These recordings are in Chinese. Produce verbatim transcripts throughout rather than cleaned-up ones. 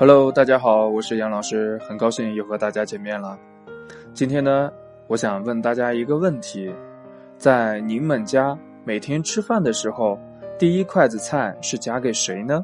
Hello， 大家好，我是杨老师，很高兴又和大家见面了。今天呢，我想问大家一个问题，在您们家每天吃饭的时候，第一筷子菜是夹给谁呢？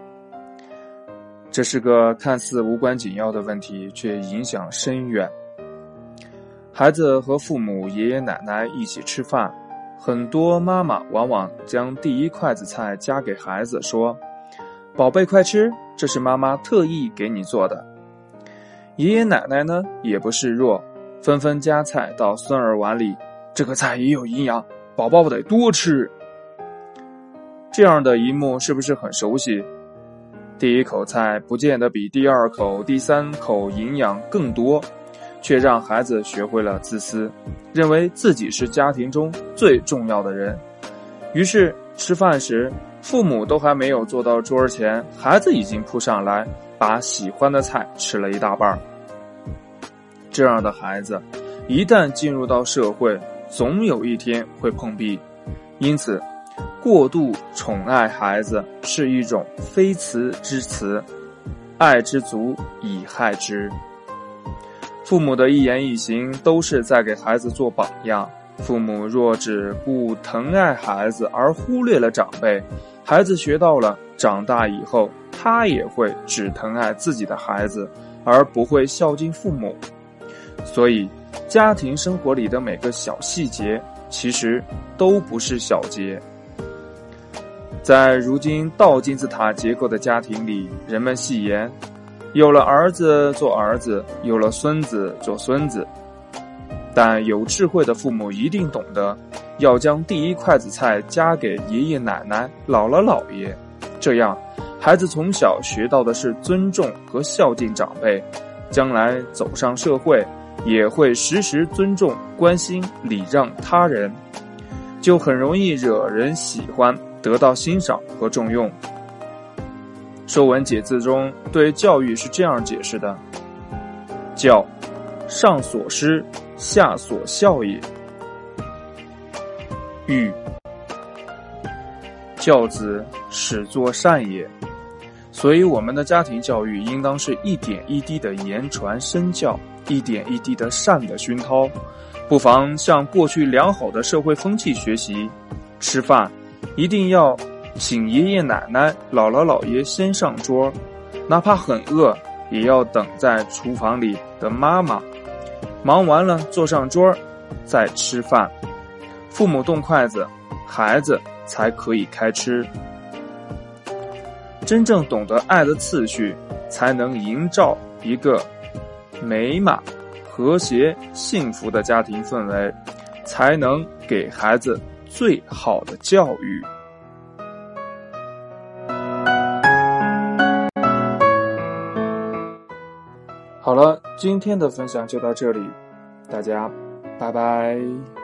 这是个看似无关紧要的问题，却影响深远。孩子和父母、爷爷奶奶一起吃饭，很多妈妈往往将第一筷子菜夹给孩子，说：“宝贝，快吃，这是妈妈特意给你做的。”爷爷奶奶呢，也不示弱，纷纷夹菜到孙儿碗里，这个菜也有营养，宝宝得多吃。这样的一幕是不是很熟悉？第一口菜不见得比第二口、第三口营养更多，却让孩子学会了自私，认为自己是家庭中最重要的人。于是吃饭时，父母都还没有坐到桌前，孩子已经扑上来，把喜欢的菜吃了一大半。这样的孩子一旦进入到社会，总有一天会碰壁。因此过度宠爱孩子是一种非慈之词，爱之足以害之。父母的一言一行都是在给孩子做榜样，父母若只顾疼爱孩子而忽略了长辈，孩子学到了，长大以后他也会只疼爱自己的孩子，而不会孝敬父母。所以家庭生活里的每个小细节其实都不是小节。在如今倒金字塔结构的家庭里，人们戏言，有了儿子做儿子，有了孙子做孙子。但有智慧的父母一定懂得，要将第一筷子菜夹给爷爷奶奶、姥姥姥爷，这样孩子从小学到的是尊重和孝敬长辈，将来走上社会也会时时尊重、关心、礼让他人，就很容易惹人喜欢，得到欣赏和重用。《说文解字》中对教育是这样解释的：教，上所施，下所效也。育，教子始作善也。所以我们的家庭教育应当是一点一滴的言传身教，一点一滴的善的熏陶，不妨向过去良好的社会风气学习。吃饭一定要请爷爷奶奶、姥姥姥爷先上桌，哪怕很饿，也要等在厨房里的妈妈忙完了坐上桌再吃饭。父母动筷子，孩子才可以开吃。真正懂得爱的次序，才能营造一个美满、和谐、幸福的家庭氛围，才能给孩子最好的教育。好了，今天的分享就到这里，大家拜拜。